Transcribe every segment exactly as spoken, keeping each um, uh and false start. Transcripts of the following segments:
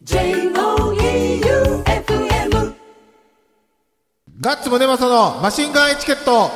ジェイオーイーユーエフエムガッツムネマソのマシンガンエチケット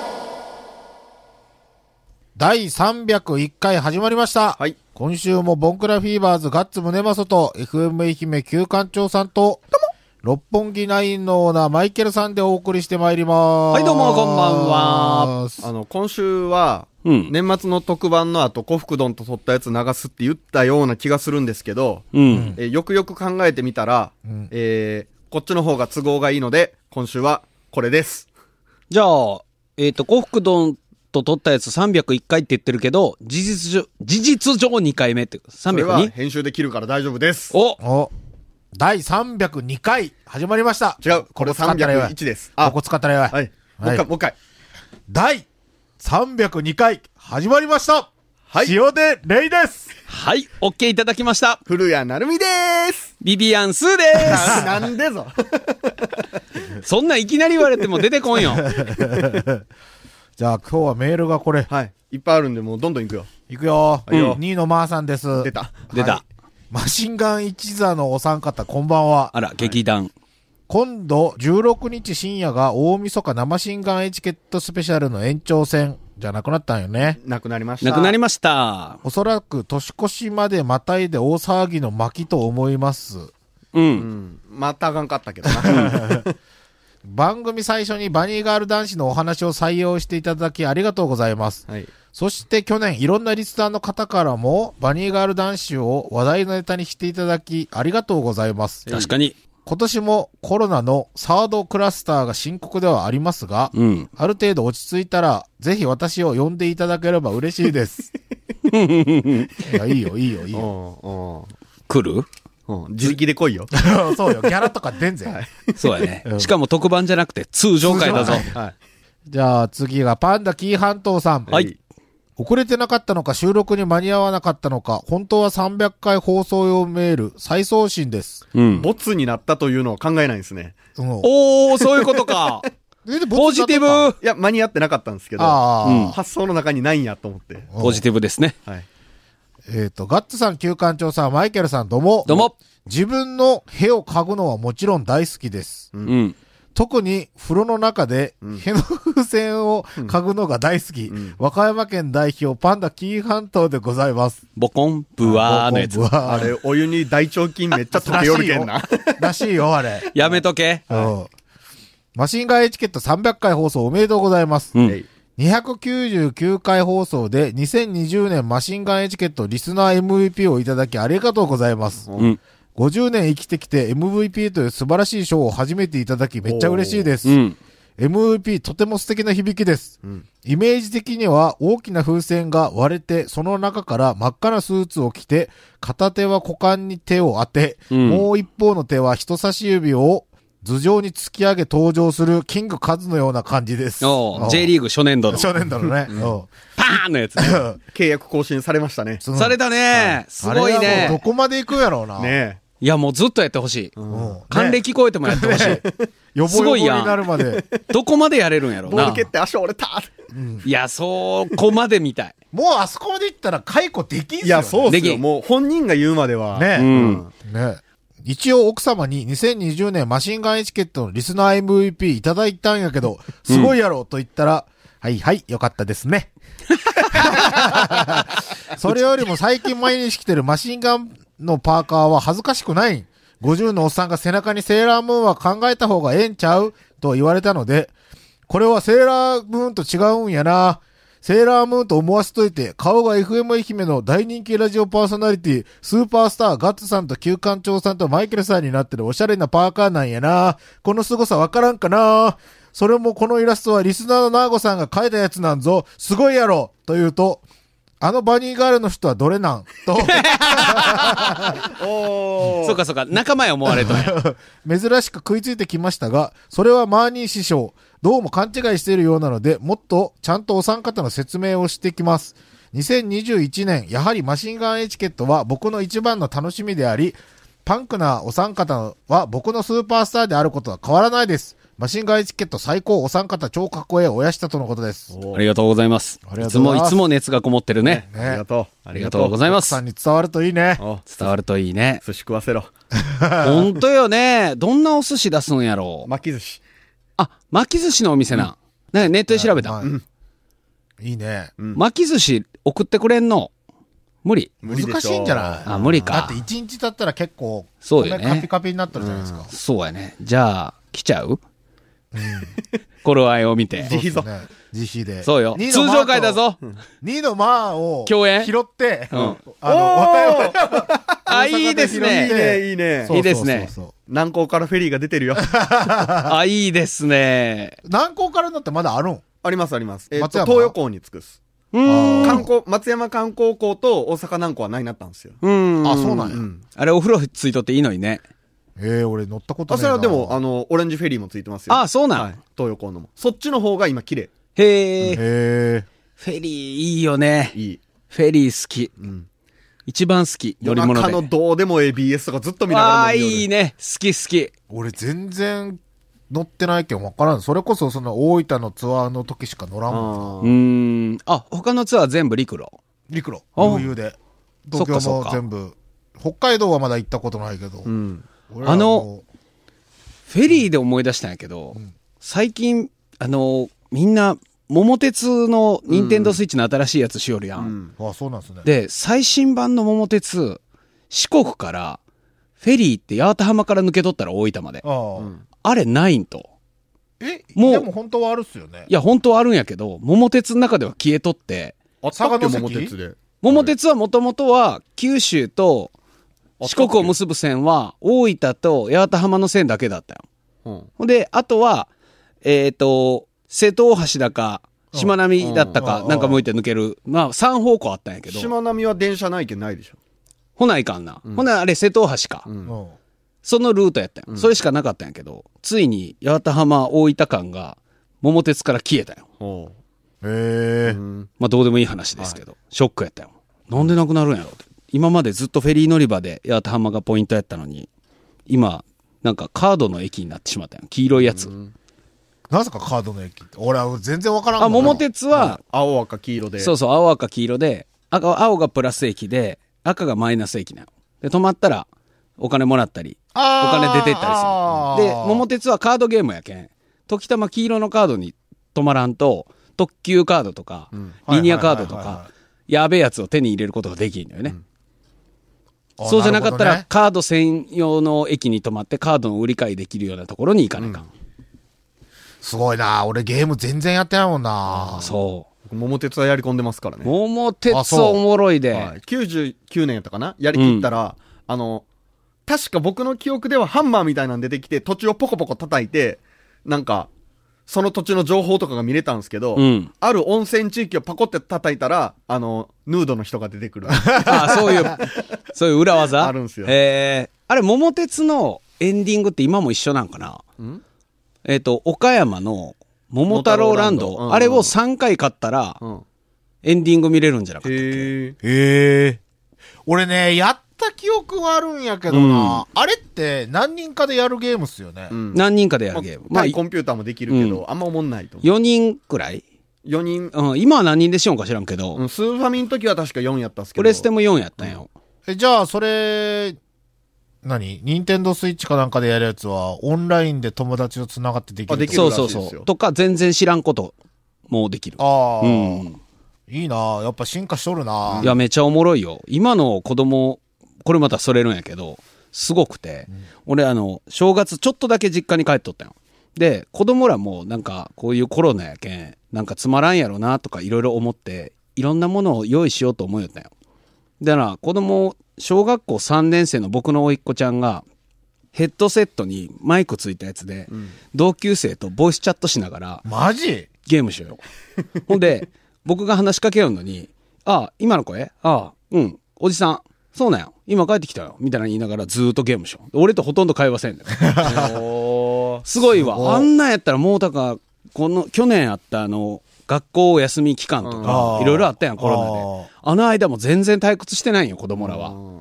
だいさんびゃくいっかい始まりました。 はい。 今週もボンクラフィーバーズガッツムネマソと エフエム 愛媛旧館長さんと六本木ナインのオーナーマイケルさんでお送りしてまいります。 はいどうもこんばんは。 あの、今週は、 うん。 年末の特番の後、幸福丼と撮ったやつ流すって言ったような気がするんですけど、 うん。 えーよくよく考えてみたら、 うんえー、こっちの方が都合がいいので、今週はこれです。 じゃあ、えっ、と、幸福丼と撮ったやつさんびゃくいっかいって言ってるけど、事実上、事実上にかいめって、 それはさんびゃくに? 編集できるから大丈夫です。 おお、だいさんびゃくにかい始まりました。 違う、これここ使ったらよいさんびゃくいちです。 ここ使ったらよい。 はい。もう一回、もう一回。 だいさんびゃくにかい始まりました。 はい塩でレイです。 はい、オッケーいただきました。 古谷なるみでーす。 ビビアンスーでななんでぞ。 す。そんないきなり言われても出てこんよ。 じゃあ今日はメールがこれ。 はい。いっぱいあるんで、もうどんどん行くよ。 いくよ。 はいよにいのまーさんです。 出た。 出た。 はいマシンガン一座のお三方、こんばんは。 あら、劇団。 今度、じゅうろくにち深夜が大晦日生マシンガンエチケットスペシャルの延長戦じゃなくなったんよね。 なくなりました。 なくなりました。 おそらく年越しまでまたいで大騒ぎの巻と思います。 う。 うんん。またあかんかったけどな。 番組最初にバニーガール男子のお話を採用していただきありがとうございます。 はい。 そして去年いろんなリスナーの方からもバニーガール男子を話題のネタにしていただきありがとうございます。 確かに。 今年もコロナのサードクラスターが深刻ではありますが、 うん。 ある程度落ち着いたらぜひ私を呼んでいただければ嬉しいです。いや、いいよいいよいいよ。 うん。うん。 来るうん、自力で来いよ。 そうよ、ギャラとか出んぜ。 そうやねう。んしかも特番じゃなくて通常回だぞ。 はい。 じゃあ次がパンダキー半島さん。 はい。 遅れてなかったのか収録に間に合わなかったのか、本当はさんびゃっかい放送用メール再送信です。 うん。 ボツになったというのを考えないんですね。 うんおー、そういうことか。 えでポジティブ。 いや、間に合ってなかったんですけど、 ああ、 うん発想の中にないんやと思って。 うんポジティブですね。 はい。 えっ、と、ガッツさん、旧館長さん、マイケルさん、どうも。 どうも。 自分の屁を嗅ぐのはもちろん大好きです。 うん。 特に風呂の中でうん屁の風船を嗅ぐのが大好き。 うん和歌山県代表パンダキー半島でございます。 ボコン、ブワーのやつボ。コンブワーあれ、お湯に大腸菌めっちゃ溶けよるけんな。 らしいよ、あれ。 やめとけ。 うんマシンガンエチケットさんびゃっかい放送おめでとうございます。 うんえいにひゃくきゅうじゅうきゅうかい放送でにせんにじゅうねんマシンガンエチケットリスナー エムブイピー をいただきありがとうございます。 うん。 ごじゅうねん生きてきて エムブイピー という素晴らしい賞を初めていただきめっちゃ嬉しいです。 うん。 エムブイピー とても素敵な響きです。 うんイメージ的には大きな風船が割れてその中から真っ赤なスーツを着て片手は股間に手を当て、 うんもう一方の手は人差し指を頭上に突き上げ登場するキングカズのような感じです。 おー J リーグ初年度の。 初年度のね。うんパーンのやつね。 契約更新されましたね。 そのされたね。すごいあれはもうどね。 こまで行くんやろうな。 ねいや、もうずっとやってほしい。 うん還暦超えてもやってほしい。 よぼよぼにすごいやんなるまで。 どこまでやれるんやろえ。 うなボール。蹴って足折れた。 いや、そこまで見たい。 もうあそこまで行ったら解雇できんすよ、ね。 いや、そうっすよ。 できんもう本人が言うまでは。 ね。 うん。 ね。一応奥様ににせんにじゅうねんマシンガンエチケットのリスナー エムブイピー いただいたんやけど、すごいやろと言ったら、はいはい、よかったですね。それよりも最近毎日着てるマシンガンのパーカーは恥ずかしくない。ごじゅうのおっさんが背中にセーラームーンは考えた方がええんちゃうと言われたので、これはセーラームーンと違うんやな。セーラームーンと思わせといて、顔が エフエム 愛媛の大人気ラジオパーソナリティ、スーパースターガッツさんと旧館長さんとマイケルさんになってるおしゃれなパーカーなんやな。この凄さわからんかな。それもこのイラストはリスナーのナーゴさんが描いたやつなんぞ。すごいやろと言うと、あのバニーガールの人はどれなんと、 おー。 そうかそうか、仲間や思われとんや。 珍しく食いついてきましたが、それはマーニー師匠。どうも勘違いしているようなので、もっとちゃんとお三方の説明をしてきます。にせんにじゅういちねん、やはりマシンガンエチケットは僕の一番の楽しみであり、 パンクなお三方は僕のスーパースターであることは変わらないです。マシンガンエチケット最高お三方超かっこええ親下とのことです。 ありがとうございます。 ありがいつも、 とうございますいつも熱がこもってるね。 ありがとう。 ありがとうございます。 奥さんに伝わるといいね。 お伝わるといいね。 寿司食わせろ。 ほんとよね。どんなお寿司出すんやろう。 巻き寿司。 あ、巻き寿司のお店な。ね、ネットで調べた。 まあいいね。 巻き寿司送ってくれんの無理。 無理でしょ難しいんじゃないあ、無理か。 だって一日経ったら結構、 そうよね米カピカピになってるじゃないですか。 そうやね。じゃあ、来ちゃう頃合いを見て。 そうっすね。自費で。 そうよ。 に通常回だぞ。 にのマーを共演拾って、 うんあの、和歌山あ、いいですいいね。 ね、いいね。 そういいですねそうそうそう南港からフェリーが出てるよ。 あ、いいですね。 南港からだってまだあるんありますあります。えっと、 松山東洋港に着くっす。 うーん。 観光、松山観光港と大阪南港はないになったんですよ。 うん。 あ、そうなんや。 うん。 あれお風呂ついとっていいのにね。 ええ、俺乗ったことあ、 ないな。 それはでも、あの、オレンジフェリーもついてますよ。 あ、そうなん。 はい。東洋港のも。そっちの方が今綺麗。 へえ。 へえ。 フェリーいいよね。 いい。 フェリー好き。 うん。 一番好き。乗夜り物中ので。 どうでも エービーエス とかずっと見ながらああ、 飲んでいいね。好き好き。 俺全然乗ってないけん分からん。それこそその大分のツアーの時しか乗らんもん。 あうーん。あ、他のツアー全部陸路。 陸路。 あ余裕で。東京もそっかそっか全部。北海道はまだ行ったことないけど。 ーうん。 俺らはもフェリーで思い出したんやけど、 ん最近、あの、みんな、桃鉄の任天堂スイッチの新しいやつしよるやん。 うん。 う、あ、そうなんですね。 で、最新版の桃鉄、四国から、フェリーって八幡浜から抜け取ったら大分まで。 ああ、 うんあれないんと。 え、 もうでも本当はあるっすよね。 いや、本当はあるんやけど、桃鉄の中では消えとって、 あったっけ佐賀の関桃鉄で。 桃鉄はもともとは九州と四国を結ぶ線は大分と八幡浜の線だけだったよ。 うん。 ほんで、あとは、えっ、と、瀬戸大橋だか、しまなみだったうんか、なんか向いて抜ける。まあ、三方向あったんやけど。 しまなみは電車ないけんないでしょ。 ほないかんな。ほな、あれ瀬戸大橋か。 うん。 うん。 そのルートやったんや、それしかなかったんやけど、ついに八幡浜大分間が桃鉄から消えたよ。 ほへえう。う。ん。 まあ、どうでもいい話ですけど、ショックやったよ。なんでなくなるんやろって。今までずっとフェリー乗り場で八幡浜がポイントやったのに、今、なんかカードの駅になってしまったよ。黄色いやつ。 なぜかカードの駅って。俺は全然わからんあ、 もんな桃鉄は、 青赤黄色で。 そうそう、青赤黄色で、赤、青がプラス駅で、赤がマイナス駅なの。で、止まったら、お金もらったり、おあー金出てったりあーする。で、桃鉄はカードゲームやけん。時たま黄色のカードに止まらんと、特急カードとか、リニアカードとはいはいはいはか、やべえやつを手に入れることができんのよね。 あそうじゃなかったら、 るほどねカード専用の駅に止まって、カードの売り買いできるようなところに行かないかん。 すごいな。俺ゲーム全然やってないもんな。 そ僕桃鉄はやり込んでますからう。 ね。 桃鉄あそうおもろいで。 はい。きゅうじゅうきゅうねんやったかなやりきったら、あの、確か僕の記憶ではハンマーみたいなの出てきて、土地をポコポコ叩いて、なんか、その土地の情報とかが見れたんですけど、 うんある温泉地域をパコって叩いたら、あの、ヌードの人が出てくる。 あそういう、そういう裏技あるんすよえー、あれ、桃鉄のエンディングって今も一緒なんかなんえっ、と、岡山の桃太郎ランド、 桃太郎ランドうんうんあれをさんかい買ったら、 うん。 エンディング見れるんじゃなかったっけへえ。 へえ。俺ね、やった記憶はあるんやけどな。あれって何人かでやるゲームっすよね。 うん。 何人かでやまるゲーム。まあ対、コンピューターもできるけど、あんま思んないと思う。 よにんくらいよにん、 うん、今は何人でしようか知らんけど、 うん、スーファミの時は確かよんやったっすけど。 プレステもよんやったんよ。 え、じゃあ、それ、何ニンテンドースイッチかなんかでやるやつは、オンラインで友達と繋がってできるあできるそうらしいうですよそそう。とか、全然知らんこともできる。 ああ、 うん。 いいな。やっぱ進化しとるな。 いや、めちゃおもろいよ。今の子供、これまたそれるんやけど、すごくて、俺あの、正月ちょっとだけ実家に帰っとったよ。で、子供らもなんか、こういうコロナやけん、なんかつまらんやろなとかいろいろ思って、いろんなものを用意しようと思うよったよ。だから、子供、小学校さんねん生の僕の甥っ子ちゃんが、ヘッドセットにマイクついたやつで、同級生とボイスチャットしながら、 マジゲームしようよ。ほんで、僕が話しかけようのに、ああ、今の声ああ、うん、おじさん、そうなんよ。今帰ってきたよ。みたいな言いながらずーっとゲームしよう。俺とほとんど会話せんだよ。 おー。 すごいわ。 すごいあんなんやったらもうだから、この、去年あったあの、学校休み期間とあか、 ーいろいろあったやん、コロナで。あの間も全然退屈してないよ、子供らは。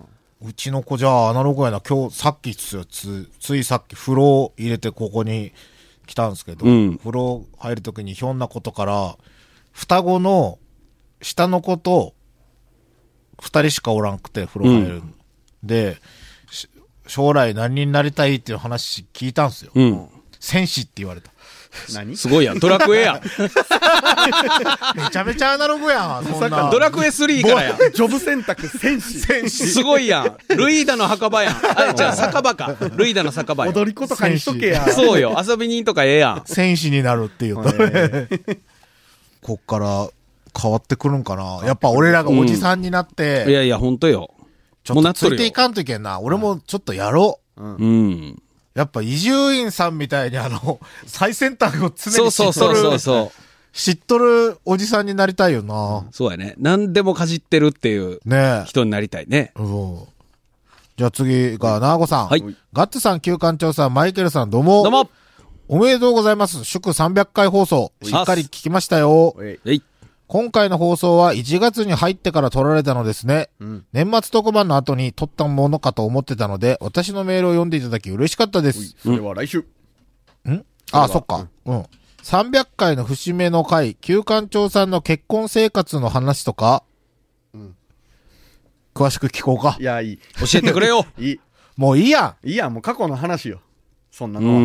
うちの子じゃあアナログやな。今日、さっきっすよ。つ、ついさっき風呂入れてここに来たんですけど、 うん風呂入るときにひょんなことから、双子の下の子と二人しかおらんくて風呂入る。うん、で、将来何になりたいっていう話聞いたんですよ。 うん。 戦士って言われた。 何すごいやん。ドラクエやん。 めちゃめちゃアナログやん。そんな。 ドラクエスリーからやん。 ジョブ選択戦士。 戦士。 すごいやん。ルイーダの墓場やん。あ、じゃあ酒場か。ルイーダの酒場やん。 踊り子とかにしとけや。 そうよ。遊び人とかええやん。 戦士になるっていうと。こっから変わってくるんかな。やっぱ俺らがおじさんになって。 うん、いやいや、ほんとよ。 ちょっとついていかんといけんな。俺もちょっとやろう。 うん。うんやっぱ伊集院さんみたいにあの、最先端を常に知っとる。 そうそうそうそう。 知っとるおじさんになりたいよな。 そうやね。何でもかじってるっていう人になりたいね。 うん。じゃあ次が、なーごさん。 はい。 ガッツさん、旧館長さん、マイケルさん、どうも。 どうも。 おめでとうございます。祝さんびゃっかい放送。しっかり聞きましたよ。 えい。 今回の放送はいちがつに入ってから撮られたのですね。うん、年末特番の後に撮ったものかと思ってたので、私のメールを読んでいただき嬉しかったです。 それは来週。 んあ、そっか。うん。さんびゃっかいの節目の回、旧館長さんの結婚生活の話とか、うん、詳しく聞こうか。 いや、いい。 教えてくれよ。 いい。 もういいやん。いいやん、もう過去の話よ。そんなのは。 うん。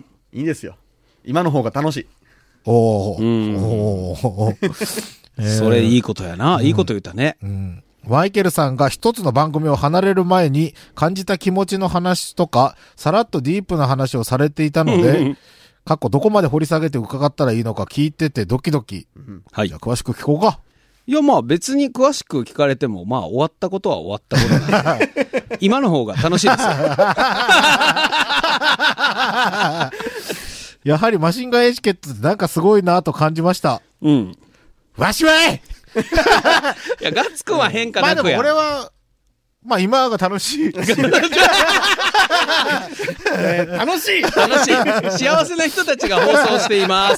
いいですよ。今の方が楽しい。 おー。おー。 えー、それいいことやな。いいこと言ったね。 うん。うんマイケルさんが一つの番組を離れる前に感じた気持ちの話とか、さらっとディープな話をされていたので、過去どこまで掘り下げて伺ったらいいのか聞いててドキドキ。うん、はい。じゃあ詳しく聞こうか。 いや、まあ別に詳しく聞かれても、まあ終わったことは終わったことなんで、今の方が楽しいですよ。 やはりマシンガンエチケットってなんかすごいなと感じました。 うん。 わしはいいや、ガッツくんは変化なくや。 まあでも俺は、まあ今が楽しい。 楽しい楽しい幸せな人たちが放送しています。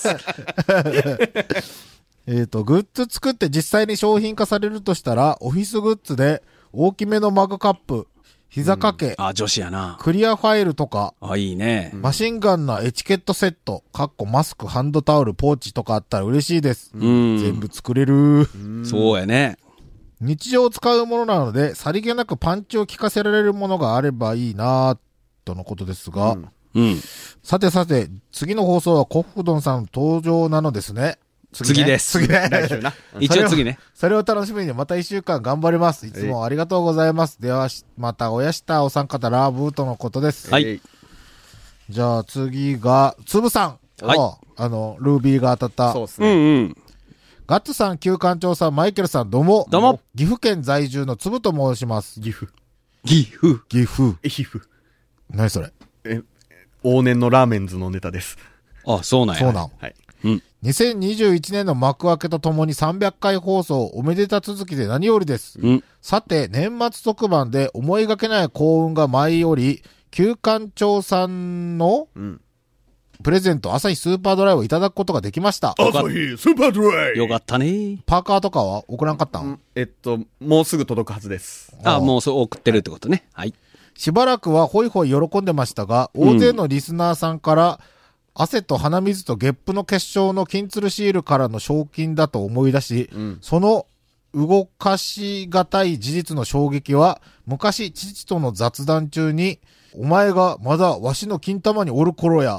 えっと、グッズ作って実際に商品化されるとしたら、オフィスグッズで大きめのマグカップ、膝掛け、 うん、あ、女子やな。 クリアファイルとか、 あ、いいね。 マシンガンなエチケットセット、かっこマスク、ハンドタオル、ポーチとかあったら嬉しいです。 うん、 全部作れる。 そうやね。 日常使うものなので、さりげなくパンチを効かせられるものがあればいいなとのことですが、 うんうん、 さてさて、次の放送はコフドンさんの登場なのですね。 次, ね次です。 次ね。 来週な。 一応次ね。 それを楽しみにまた一週間頑張ります。いつもありがとうございます。では、またおやしたお三方ラブーとのことです。 はい。 じゃあ次が、つぶさん。 はい。 あの、ルービーが当たった。 そうですね。 うんうん。 ガッツさん、旧館長さん、マイケルさん、どうも。 どうも。 岐阜県在住のつぶと申します。 岐阜。 岐阜。 岐阜。 え、岐阜。 何それ。 え、往年のラーメンズのネタです。 あ、そうなんや。 そうなん。 はい。 うん。 にせんにじゅういちねんの幕開けとともにさんびゃっかい放送おめでた続きで何よりです。 うん、 さて、年末特番で思いがけない幸運が舞い降り、旧館長さんの、うん、プレゼント、朝日スーパードライをいただくことができました。 朝日スーパードライよかったね。 パーカーとかは送らんかったん、うん、 えっと、もうすぐ届くはずです。 ああ、もうそう送ってるってことね。はい。 しばらくはホイホイ喜んでましたが、大勢のリスナーさんから、うん汗と鼻水とゲップの結晶の金鶴シールからの賞金だと思い出し、うん、その動かしがたい事実の衝撃は、昔父との雑談中に、お前がまだわしの金玉におる頃や。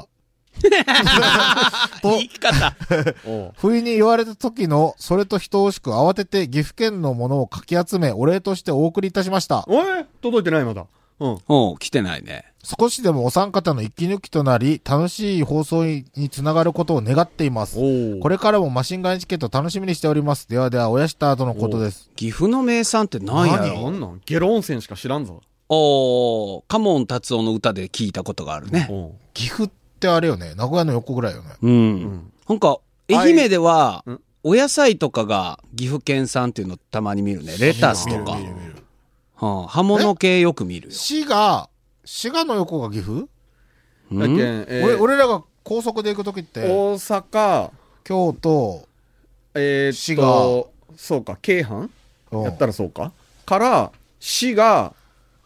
と言い方。 不意に言われた時の、それと等しく慌てて岐阜県のものをかき集め、お礼としてお送りいたしました。 おい届いてないまだ。 うん。おう、来てないね。 少しでもお三方の息抜きとなり、楽しい放送につながることを願っています。これからもマシンガンエチケット楽しみにしております。ではでは、おやした後のことです。 岐阜の名産って何やろ？ 何なんゲロ温泉しか知らんぞ。 おー、カモン達夫の歌で聞いたことがあるね。 岐阜ってあれよね、名古屋の横ぐらいよね。 うん。うん、なんか、愛媛では、お野菜とかが岐阜県産っていうのたまに見るね。レタスとか。はあ、刃物系よく見るよ。 滋賀、滋賀の横が岐阜？ だけん、えー、俺, 俺らが高速で行くときって、 大阪、 京都、 えー、 滋賀、 そうか、京阪やったらそうかから、滋賀、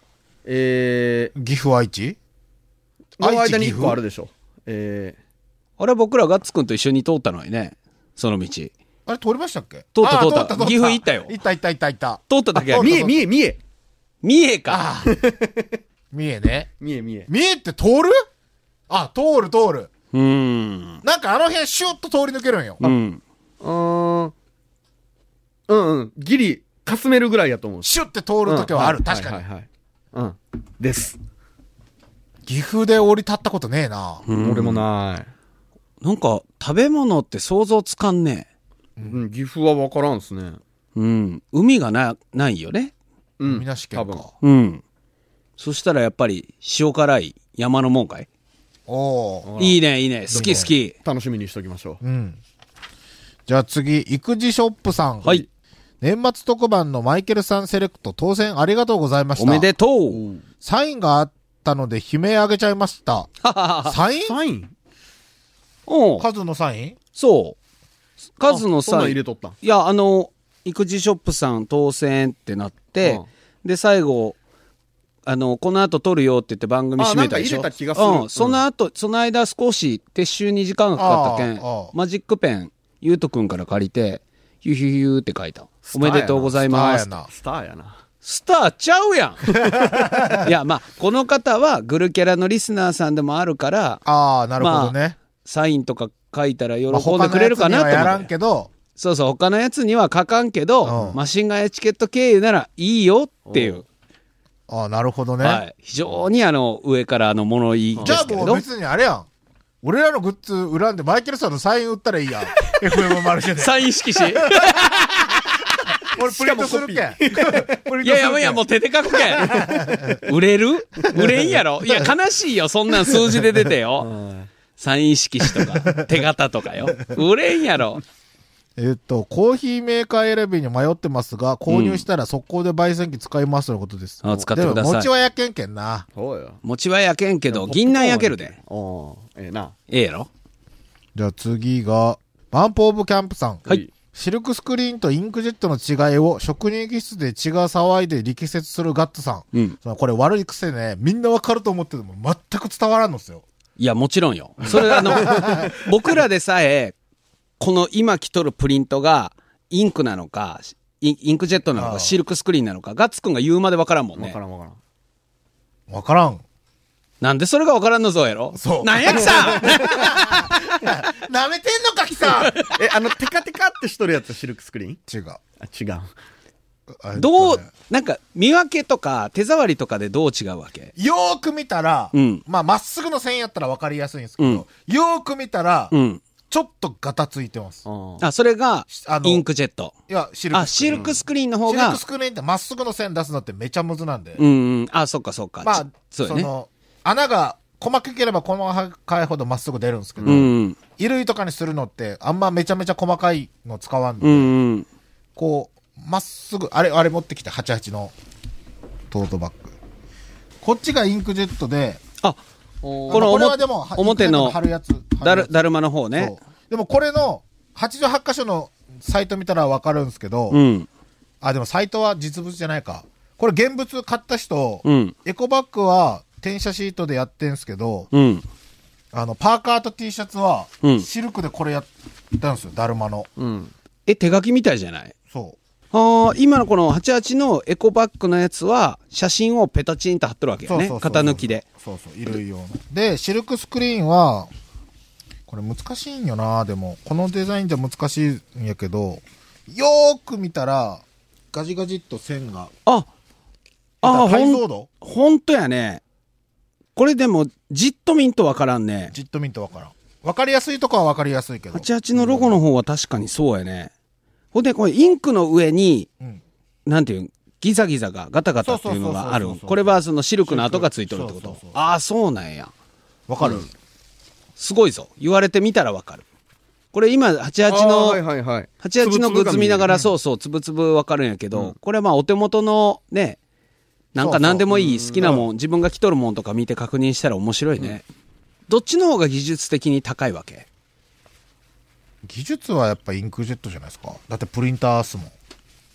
え岐阜愛知ー、の愛知間にいっ岐阜こあるでしょ。えあれは僕らガッツくんと一緒に通ったのにね、その道。通あれ通りましたっけ？ った通ったあー岐阜行ったよ行った行った行った行った。 ー、 っただけや三重、三重、三重。 三重か。 あー三重ね。 三重、三重。 三重って通る？あ、通る通る。 うーん。 なんかあの辺シュッと通り抜けるんよ。 うん。 うーん。うんうん。ギリ、かすめるぐらいやと思う。 シュッて通るときはある。 うん確かに。 はいはいはい。うん。です。 岐阜で降り立ったことねえな。 俺もない。 なんか、食べ物って想像つかんねうん、岐阜は分からんっすね。 うん。海がな、ないよね。 うん。 海なし県多分か。 うん。そしたらやっぱり、塩辛い山のもんかい？ おー。 いいね、いいね。好き好き。 楽しみにしときましょう。 うん。じゃあ次、育児ショップさん。 はい。 年末特番のマイケルさんセレクト当選ありがとうございました。 おめでとう。 サインがあったので悲鳴あげちゃいました。サインサインおうカズのサインそう。数のそんなん際、 入れとったん。 いや、あの、育児ショップさん当選ってなって、 うんで、最後、あの、この後撮るよって言って番組閉めたでしょ。 あなんか入れた気がするうん。その後、その間少し撤収に時間がかかったけんああああ、 マジックペン、ゆうとくんから借りて、ヒューヒューヒューって書いた。おめでとうございます。 スターやな。 スターやな。 スターちゃうやん。いや、まあ、この方はグルキャラのリスナーさんでもあるから、 ああ、なるほどね。 サインとか書いたら喜まあんでくれるかなと他のやつにはやら思って。 んけど、 そうそう、他のやつには書かんけど、 うんマシンガンエチケット経由ならいいよっていう。 ああ、なるほどね。 はい。非常にあの、上からあの物言いでじゃすけれど。 あもう別にあれやん。俺らのグッズ選んでマイケルさんのサイン売ったらいいやん。エフエム マルシェで。 サイン色紙俺プリントするけん。 いやいやいや、もう手で書くけん。売れる売れんやろいや、悲しいよ、そんなん数字で出てよ。サイン色紙とか、手形とかよ。売れんやろ。 えっと、コーヒーメーカー選びに迷ってますが、購入したら速攻で焙煎機使いますとのことです。 あ使ってくださいでも、餅は焼けんけんな。 そうや。 餅は焼けんけど、銀杏焼けるで。 おーええな。 ええやろじゃあ次が、バンプオブキャンプさん。 はい。 シルクスクリーンとインクジェットの違いを職人気質で血が騒いで力説するガッツさん。 うん。 そのこれ悪い癖ね、みんなわかると思ってても全く伝わらんのですよ。 いや、もちろんよ。それあの、僕らでさえ、この今着とるプリントが、インクなのか、インインクジェットなのか、 ああシルクスクリーンなのか、ガッツくんが言うまでわからんもんねわか。らんわからん。 わからん。 なんでそれがわからんのぞやろそうなんやくさなめてんのか、キさんえ、あの、テカテカってしとるやつ、シルクスクリーン違う。 あ、違う。 あどうえっとね、 なんか、見分けとか、手触りとかでどう違うわけよーく見たら、 うんまあ、まっすぐの線やったらわかりやすいんですけうんど、よーく見たら、 うん。 ちょっとガタついてます。 ああ、それがあ、のインクジェット。 いや、シルクあ、 スクリーン。 シルクスクリーンの方がシルク、スクリーンってまっすぐの線出すのってめちゃむずなんで。 うんうん。あ、そっかそっか。 まあち、そうやね。 の、穴が細かければ細かいほどまっすぐ出るんですけど、 うんうん。 衣類とかにするのって、あんまめちゃめちゃ細かいの使わんで、 うんうん。 こう、まっすぐ、あれ、あれ持ってきて、はちじゅうはちのトートバッグ。こっちがインクジェットで、 あ、 こここのれはでも、 表の貼るやつ。 だる、だるるまの方そねう。でもこれの、はちじゅうはち箇所のサイト見たらわかるんですけど、 うん。 あ、でもサイトは実物じゃないか。これ現物買った人、 うん。 エコバッグは転写シートでやってんすけど、 うん。 あの、パーカーと T シャツはうん、 シルクでこれやったんですよ、だるまの。 うん。 え、手書きみたいじゃないそああ、今のこのはちじゅうはちのエコバッグのやつは、写真をペタチンと貼ってるわけう。 よね。 そうそうそう。 型抜きで。。 そうそう、衣類用の。で、シルクスクリーンは、これ難しいんよな、でも。このデザインじゃ難しいんやけど、よーく見たら、ガジガジっと線が。 あ、ああ、 解ほん、 像度ほんとやね。これでも、じっと見んとわからんね。 じっと見んとわからん。わかりやすいとこはわかりやすいけど。 はちじゅうはちのロゴの方は確かにそうやね。ほんで、これインクの上に、 うん。 なんていうん、ギザギザがガタガタっていうのがあるそうそうそうそうそう。 これはそのシルクの跡がついとるってことそうそうそう。 ああ、そうなんや。 わかる、 うんすごいぞ。言われてみたらわかる。これ今、はちじゅうはちあーの、 はいはいはい。 はちじゅうはちのグッズ見ながら、 そそうそう、つぶつぶわかるんやけど、 うんこれはまあお手元のね、なんかそうそう何でもいい好きなもん、自分が着とるもんとか見て確認したら面白いね。どっちの方が技術的に高いわけ技術はやっぱインクジェットじゃないですか。だってプリンターっすもん。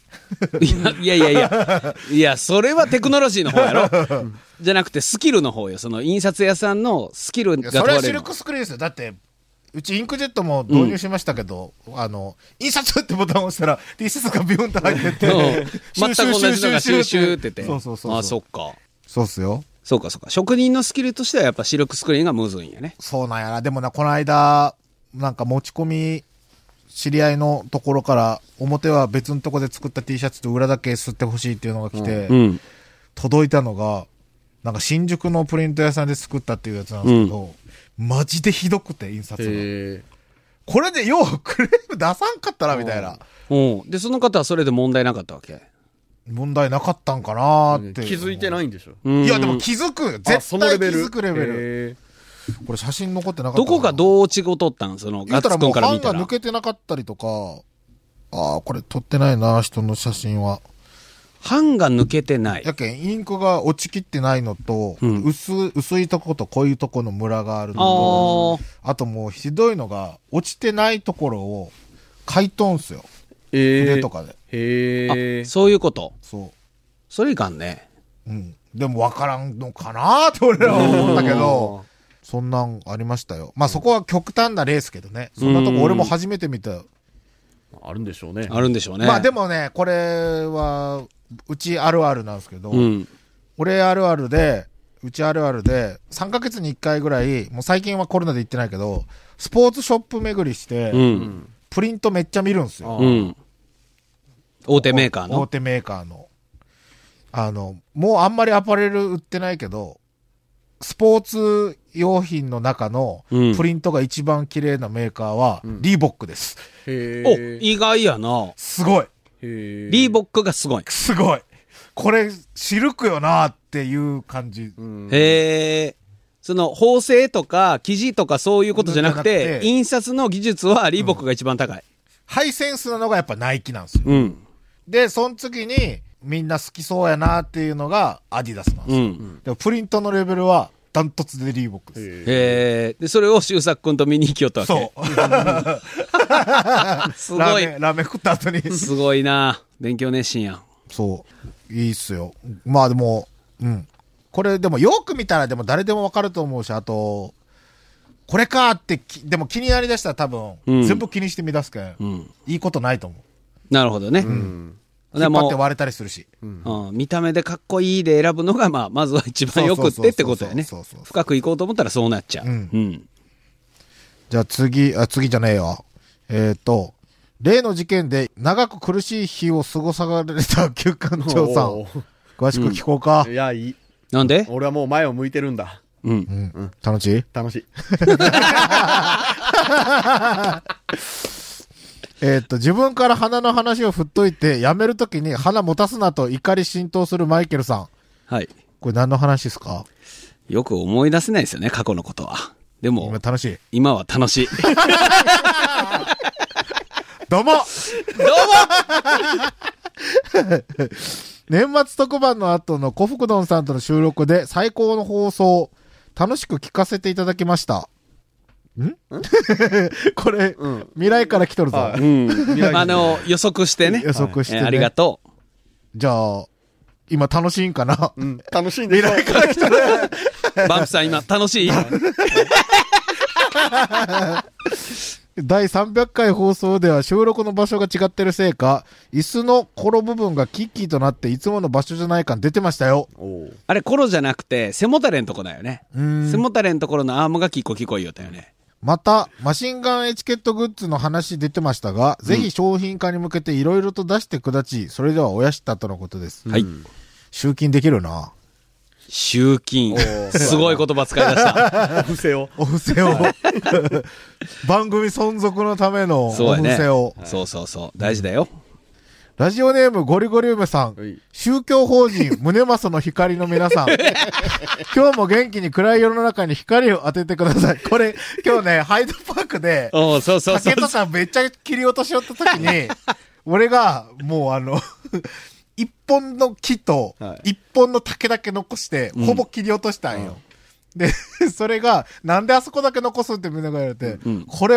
いやいやいやいや、いや、それはテクノロジーの方やろ。じゃなくてスキルの方よ。その印刷屋さんのスキルいが問われる。 やそれはシルクスクリーンですよ。だって、うちインクジェットも導入しましたけど、うん、あの、印刷ってボタンを押したら、T シャツがビューンと入ってって、 全く同じのがシューシューってて。 そうそうそうそう。 あ、そっか。 そうっすよ。 そうかそうか。職人のスキルとしてはやっぱシルクスクリーンがむずいんやね。 そうなんやな。でもな、この間、なんか持ち込み、知り合いのところから、表は別のとこで作った T シャツと裏だけ吸ってほしいっていうのが来て、 うんうん、 届いたのが、なんか新宿のプリント屋さんで作ったっていうやつなんですけど、うん、マジでひどくて、印刷が。これでようクレーム出さんかったらみたいな。 うん。で、その方はそれで問題なかったわけ？ 問題なかったんかなーって。 気づいてないんでしょ。 いや、でも気づく。絶対気づくレベル。これ写真残ってなかったどこがどう違うとったんそのガッツくんから見たら。 ファンが抜けてなかったりとか、ああ、これ撮ってないな、人の写真は。 版が抜けてない。 やけん、インクが落ちきってないのと、うん、薄、薄いとこと濃いとこのムラがあるのと、あ, あともうひどいのが、落ちてないところを書いとんすよ。えー、筆とかで。 へえ。そういうこと。 そう。 それいかんね。 うん。でも分からんのかなーって俺らは思ったけど、そんなんありましたよ。まあそこは極端な例ですけどね。そんなとこ俺も初めて見たよ。 あるんでしょうね。 あるんでしょうね。 まあでもね、これは、うちあるあるなんですけど、うん、俺あるあるで、うちあるあるで、さんかげつにいっかいぐらい、もう最近はコロナで行ってないけど、スポーツショップ巡りして、うん、プリントめっちゃ見るんですよ。うん、 大手メーカーの大手メーカーの。あの、もうあんまりアパレル売ってないけど、スポーツ用品の中のプリントが一番綺麗なメーカーは、リーボックです。 うん、へお、意外やな。 すごい。 へリーボックがすごい。 すごい。これ、シルクよなっていう感じ。 うん、へえ。その、縫製とか、生地とかそういうことじゃなくて、印刷の技術はリーボックが一番高い。うん、 ハイセンスなのがやっぱナイキなんですよ。うん、で、その次に、みんな好きそうやなっていうのがアディダスなんですよ。うん、でもプリントのレベルはダントツでリーボックです。 へえ。で、それを周作くんと見に行きよったわけ。 そう。 すごい。 ラーメン、ラーメン食った後に。 すごいな。勉強熱心やん。 そう。いいっすよ。まあでも、うん。これでもよく見たらでも誰でもわかると思うし、あと、これかってでも気になりだしたら多分、うん、全部気にしてみ出すけん、うん、いいことないと思う。 なるほどね。うん。引っ張って割れたりするし、 うんうん、見た目でかっこいいで選ぶのが、まあ、まずは一番よくってってことやね。深くいこうと思ったらそうなっちゃう。うんうん、 じゃあ次、あ、次じゃねえよ。えっ、ー、と、例の事件で長く苦しい日を過ごされた旧館長さん。詳しく聞こうか。 うん、いや、いい。 なんで？ 俺はもう前を向いてるんだ。 うん。うんうん、楽しい？ 楽しい。 えっと、自分から花の話を振っといて、やめるときに花持たすなと怒り浸透するマイケルさん。 はい。 これ何の話ですか？ よく思い出せないですよね、過去のことは。でも、 今楽しい。 今は楽しい。 どうもどうも年末特番の後の小福丼さんとの収録で最高の放送、楽しく聞かせていただきました。んこれ、うん、未来から来とるぞ。 うん、あの、予測してね。 予測してね、 えー。ありがとう。 じゃあ、今楽しいんかな、 うん、楽しいんで未来から来とる。 バンプさん今楽しいだいさんびゃっかい放送では収録の場所が違ってるせいか、椅子のコロ部分がキッキーとなっていつもの場所じゃない感出てましたよ。 あれコロじゃなくて背もたれんとこだよね。背もたれんところのアームがキッコキコいよったよね。 また、マシンガンエチケットグッズの話出てましたが、うん、ぜひ商品化に向けていろいろと出してくだち、それではおやしたとのことです。 はい。 集金できるな。 集金。すごい言葉使い出した。 お布施を。 お布施を。番組存続のためのお布施を。 そう、ね、そうそうそう。大事だよ。 ラジオネームゴリゴリ梅さん、宗教法人宗正の光の皆さん、今日も元気に暗い世の中に光を当ててください。これ、今日ね、ハイドパークで、 そうそうそう竹とかめっちゃ切り落としよった時に、俺が、もうあの、一本の木と、一本の竹だけ残して、ほぼ切り落としたんよ。うん、で、それが、なんであそこだけ残すってみんなが言われて、うん、これを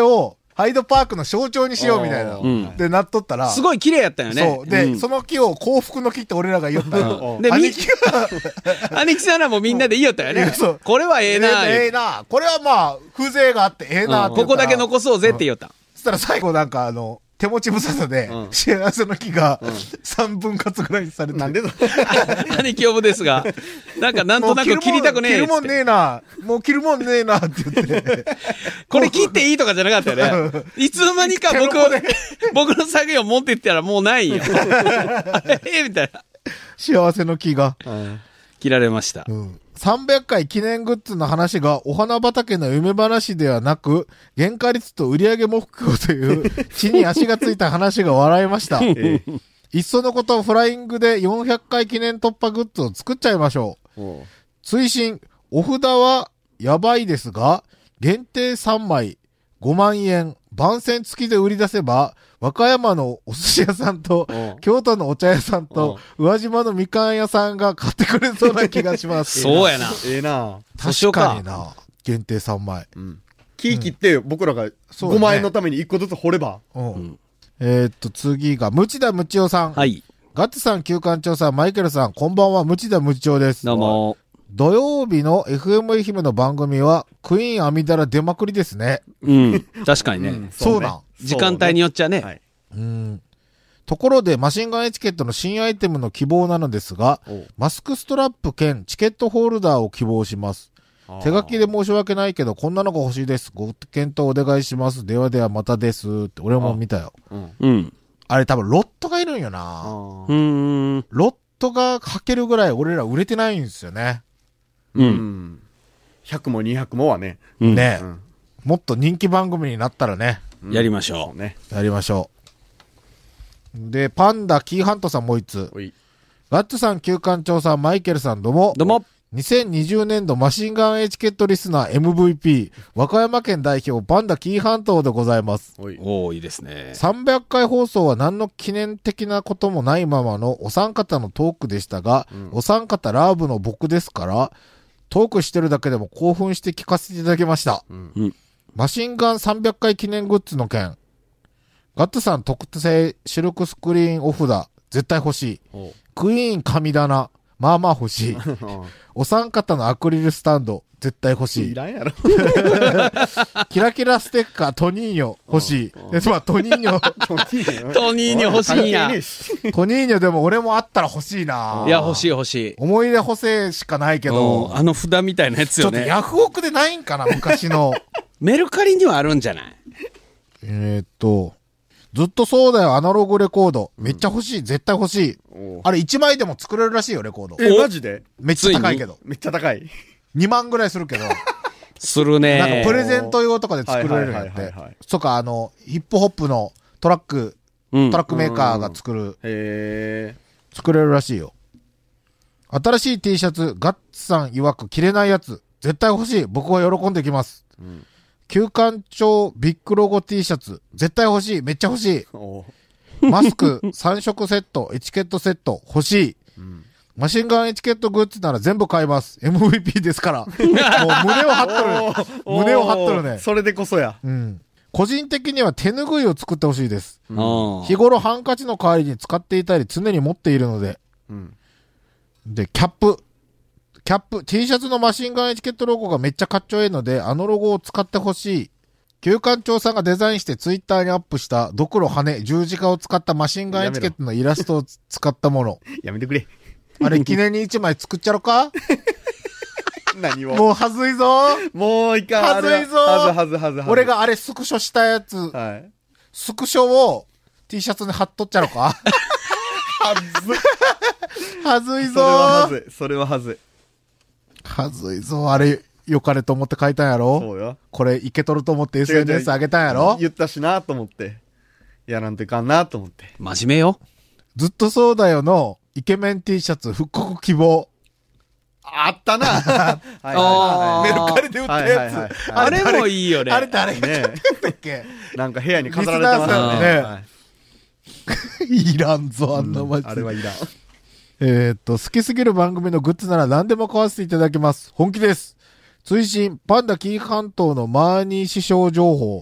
ハイドパークの象徴にしようみたいな。 んで、なっとったら。 すごい綺麗やったよね。 そう。で、 んその木を幸福の木って俺らが言ったら。 で、み兄貴が、 兄貴さんらもみんなで言いよったよねそう。 これはええなええな。これはまあ、風情があってええなって言ったら。 うんここだけ残そうぜって言いよった。 そしたら最後なんかあの、手持ち無沙汰で、 うん幸せの木がさんぶん割ぐらいにされて。 なんでだ兄貴呼ぶですが、なんかなんとなく切りたくねえっつって切るもんねえな。もう切るもんねえなって言って。 これ切っていいとかじゃなかったよね。いつの間にか僕、僕の作業持ってったらもうないんよ。えみたいな。 幸せの木が。 切られました。 うんさんびゃっかい記念グッズの話がお花畑の夢話ではなく、原価率と売上目標という地に足がついた話が笑いました。 えいっそのことフライングでよんひゃっかい記念突破グッズを作っちゃいましょう。 おう推進、お札はやばいですが、限定さんまい、ごまんえん、番宣付きで売り出せば、和歌山のお寿司屋さんと、 おう京都のお茶屋さんと、宇和島のみかん屋さんが買ってくれそうな気がします。 そうやな。 ええなそうしよ確うかかにな。限定さんまい。 うん。木切って僕らがそうだねごまん円のためにいっこずつ掘れば。 うんんえーっと、次が、ムチダムチオさん。 はい。 ガッツさん、旧館長さん、マイケルさん、こんばんは、ムチダムチオです。 どうも。 土曜日の エフエム 愛媛の番組は、クイーンアミダラ出まくりですね。 うん。確かにね。 んそうなん時間帯によっちゃね。 はい。 うん。ところで、マシンガンエチケットの新アイテムの希望なのですが、 おうマスクストラップ兼チケットホルダーを希望します。手書きで申し訳ないけど、こんなのが欲しいです。ご検討お願いします。ではではまたです。って俺も見たよ。 うん。 うん。 あれ多分ロットがいるんよな。 あうーん。 ロットが書けるぐらい俺ら売れてないんですよね。 う。 うんん。ひゃくもにひゃくもはね。 うんねえ、 うん。 もっと人気番組になったらね、 やりましょそうね。 やりましょう。で、パンダ、キーハントさんもう一つ。 おい。 ガッツさん、旧館長さん、マイケルさん、どうもう。。どうも。 にせんにじゅうねんどマシンガンエチケットリスナー エムブイピー、和歌山県代表、パンダ、キーハントでございます。 おい。 おー、いいですね。 さんびゃっかい放送は何の記念的なこともないままのお三方のトークでしたが、 うんお三方ラーブの僕ですから、トークしてるだけでも興奮して聞かせていただきました。 うんうん。 マシンガンさんびゃっかい記念グッズの件。ガッツさん特製シルクスクリーンお札、絶対欲しい。 おうクイーン神棚、まあまあ欲しい。お三方のアクリルスタンド、絶対欲しい。 いらんやろ。 キラキラステッカー、トニーニョ、欲しい。で、まあ、トニーニョ、 トニーに欲しいんや。 関係ねえいしトニーニョでも俺もあったら欲しいな。 や、欲しい欲しい。 思い出補正しかないけうんど、 あの札みたいなやつちょっとよね。 ヤフオクでないんかな、昔の。 メルカリにはあるんじゃない？ えーっと、ずっとそうだよ、アナログレコード。めっちゃ欲しい、絶対欲しい。 おうあれいちまいでも作れるらしいよ、レコード。 え、マジでめっちゃ高いけど。 めっちゃ高い。 にまんぐらいするけど、 するね。 なんかプレゼント用とかで作れるんやってはいはいはいはいはい。 とか、あの、ヒップホップのトラック、 うんトラックメーカーが作る、 へ作れるらしいよ。新しい T シャツ、ガッツさん曰く着れないやつ、絶対欲しい。僕は喜んできます。 え。うん。 旧館長ビッグロゴ T シャツ、絶対欲しい。めっちゃ欲しおうい。マスクさん色セット、エチケットセット、欲しい。 うん。 マシンガンエチケットグッズなら全部買います。エムブイピー ですから。もう胸を張っとる。胸を張っとるね。 それでこそや。 うん。個人的には手ぬぐいを作ってほしいです。 うん日頃ハンカチの代わりに使っていたり常に持っているので。 うん。 で、キャップ。キャップ、T シャツのマシンガンエチケットロゴがめっちゃかっちょええので、あのロゴを使ってほしい。旧館長さんがデザインしてツイッターにアップしたドクロ羽十字架を使ったマシンガンエチケットのイラストを使ったもの。 やめてくれ。 あれ記念に一枚作っちゃろか何を。 もうはずいぞ。 もういかん。 はずいぞはずはずはずはず。 俺。があれスクショしたやつ、 はい。 スクショを T シャツに貼っとっちゃろかはず。 はずいそれははぞ。 ずい。それははずい。 はずいぞ。あれ、よかれと思って書いたんやろそうよ。 これ、いけとると思って エスエヌエス 上げたんやろ言ったしなと思って。やらんといかんなと思って。 真面目よ。 ずっとそうだよの、イケメン T シャツ、復刻希望。 あったなはいあーメルカリで売ったはいはいはいやはいつ。 あれもいいよね。 あれ誰がね買ったっけえ。なんか部屋に飾られてますよね。 リスナーさんねはいいらんぞ、あんなマジで。 あれはいらん。 えーっと、好きすぎる番組のグッズなら何でも買わせていただきます。本気です。追伸、パンダ紀伊半島のマーニー師匠情報。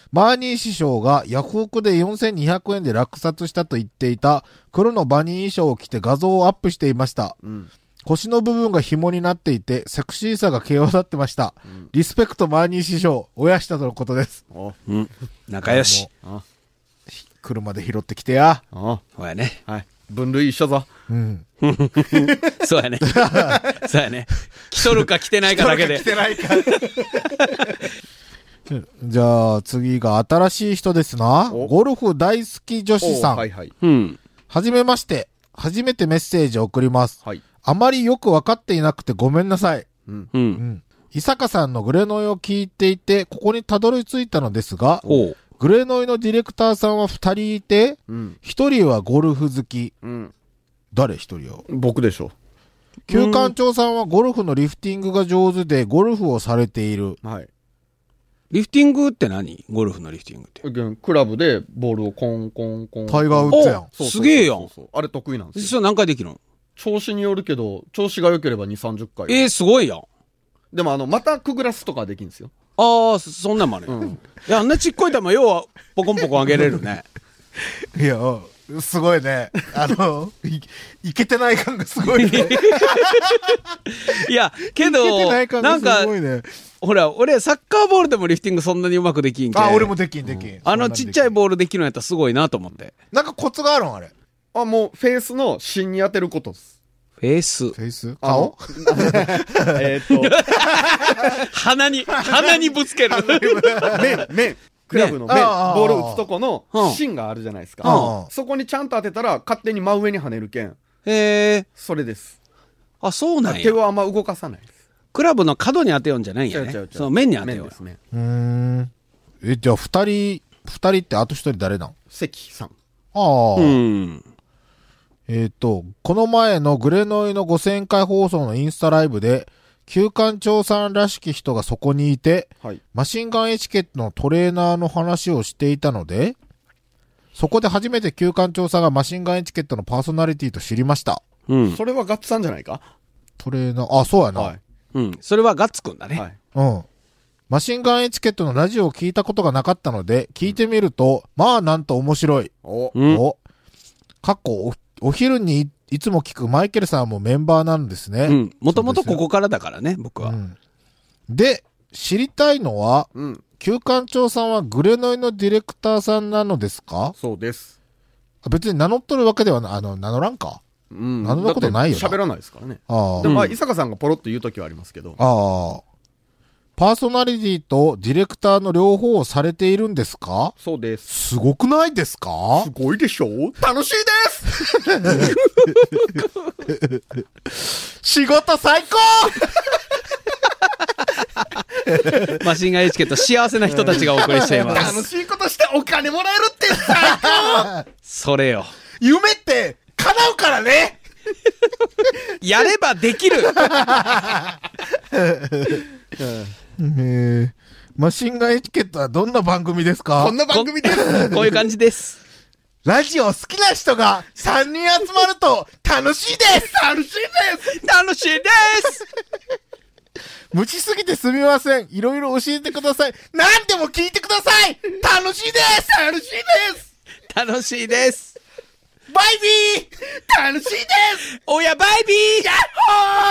マーニー師匠がヤフオクでよんせんにひゃくえんで落札したと言っていた黒のバニー衣装を着て画像をアップしていました。 うん。 腰の部分が紐になっていて、セクシーさが際立ってました。うん、リスペクトマーニー師匠、親下とのことです。 おうん。仲良し。 あ車で拾ってきてや。 あそうやね。 はい。分類一緒ぞ。 うん。 そうやね。そうやね。着とるか着てないかだけで。 着てないか。じゃあ次が新しい人ですな。ゴルフ大好き女子さん。 はいはい。 うん。 はじめまして。初めてメッセージを送ります。 はい。 あまりよくわかっていなくてごめんなさい。 うん。 うん。 うん。伊坂さんのグレノイを聞いていて、ここにたどり着いたのですが、 おう。 グレノイのディレクターさんはふたりいて、 うん。 ひとりはゴルフ好き。 うん。 誰ひとりは僕でしょ。 旧館長さんはゴルフのリフティングが上手で、ゴルフをされている。 はい。 リフティングって何？ゴルフのリフティングって。 クラブでボールをコンコンコン。 タイガーウッズやん。 そうそうそうそうすげえやん。 あれ得意なんですよ。 それ何回できるの？ 調子によるけど、調子が良ければに、さんじゅっかい。 えー、すごいやん。 でもあの、またくぐらすとかはできるんですよ。 ああ、そんなんもある。 うん。 いや、あんなちっこい球、要は、ポコンポコン上げれるね。 いや、すごいね。あの、い、いけてない感がすごいね。 いや、けいけてないど、 感がなんか、 すごいね。 ほら、俺、サッカーボールでもリフティングそんなにうまくできんけん。 あ、俺もできんできん。 あのちっちゃいボボールできるのやったらすごいなと思って。 なんかコツがあるんあれ。 あ、もう、フェースの芯に当てることです。 フェース。 フェイスあの顔えーっと、 鼻に、鼻にぶつける。 面、面。クラブの面、 ねあーボール打つとこのうん芯があるじゃないですか。 うんそこにちゃんと当てたら、勝手に真上に跳ねるけん。 へえ。 それです。 あ、そうなんや。 手をあんま動かさないです。 クラブの角に当てようんじゃないんやね違う違う違う。 その面に当てよう面ですね。 うーん。え、じゃあ二人、二人ってあと一人誰なん関さん。 ああ。 うん。 えっ、と、この前のグレノイのごせんかい放送のインスタライブで、旧館長さんらしき人がそこにいて、 はい。 マシンガンエチケットのトレーナーの話をしていたので、そこで初めて旧館長さんがマシンガンエチケットのパーソナリティと知りました。 うん。 それはガッツさんじゃないか？ トレーナー、あ、そうやな。 はい。 うん。それはガッツくんだね。 はい。 うん。マシンガンエチケットのラジオを聞いたことがなかったので、聞いてみると、まあなんと面白い。 お、 うん。 お、かっこお、お昼にいいつも聞くマイケルさんもメンバーなんですね。 うん。もともとここからだからね、僕は。 うんで、知りたいのは、 うん。 旧館長さんはグレノイのディレクターさんなのですか？ そうです。 別に名乗っとるわけではな、あの、名乗らんか。 うん。 そんなことないよなだって喋らないですからね。 ああ。 でもまあ、 うん伊坂さんがポロッと言うときはありますけど。 ああ。パーソナリティとディレクターの両方をされているんですか？ そうです。 すごくないですか？ すごいでしょ？楽しいです仕事最高マシンガンエチケット幸せな人たちがお送りしていま楽す。 しいことしてお金もらえるって最高それよ。 夢って叶うからねやればできるえー、マシンガンエチケットはどんな番組ですか？ こんな番組ですこういう感じです。 ラジオ好きな人がさんにん集まると楽しいです楽しいです楽しいです無知すぎてすみません。いろいろ教えてください。何でも聞いてください楽しいです楽しいです楽しいです。 バイビー楽しいですおやバイビーやっほー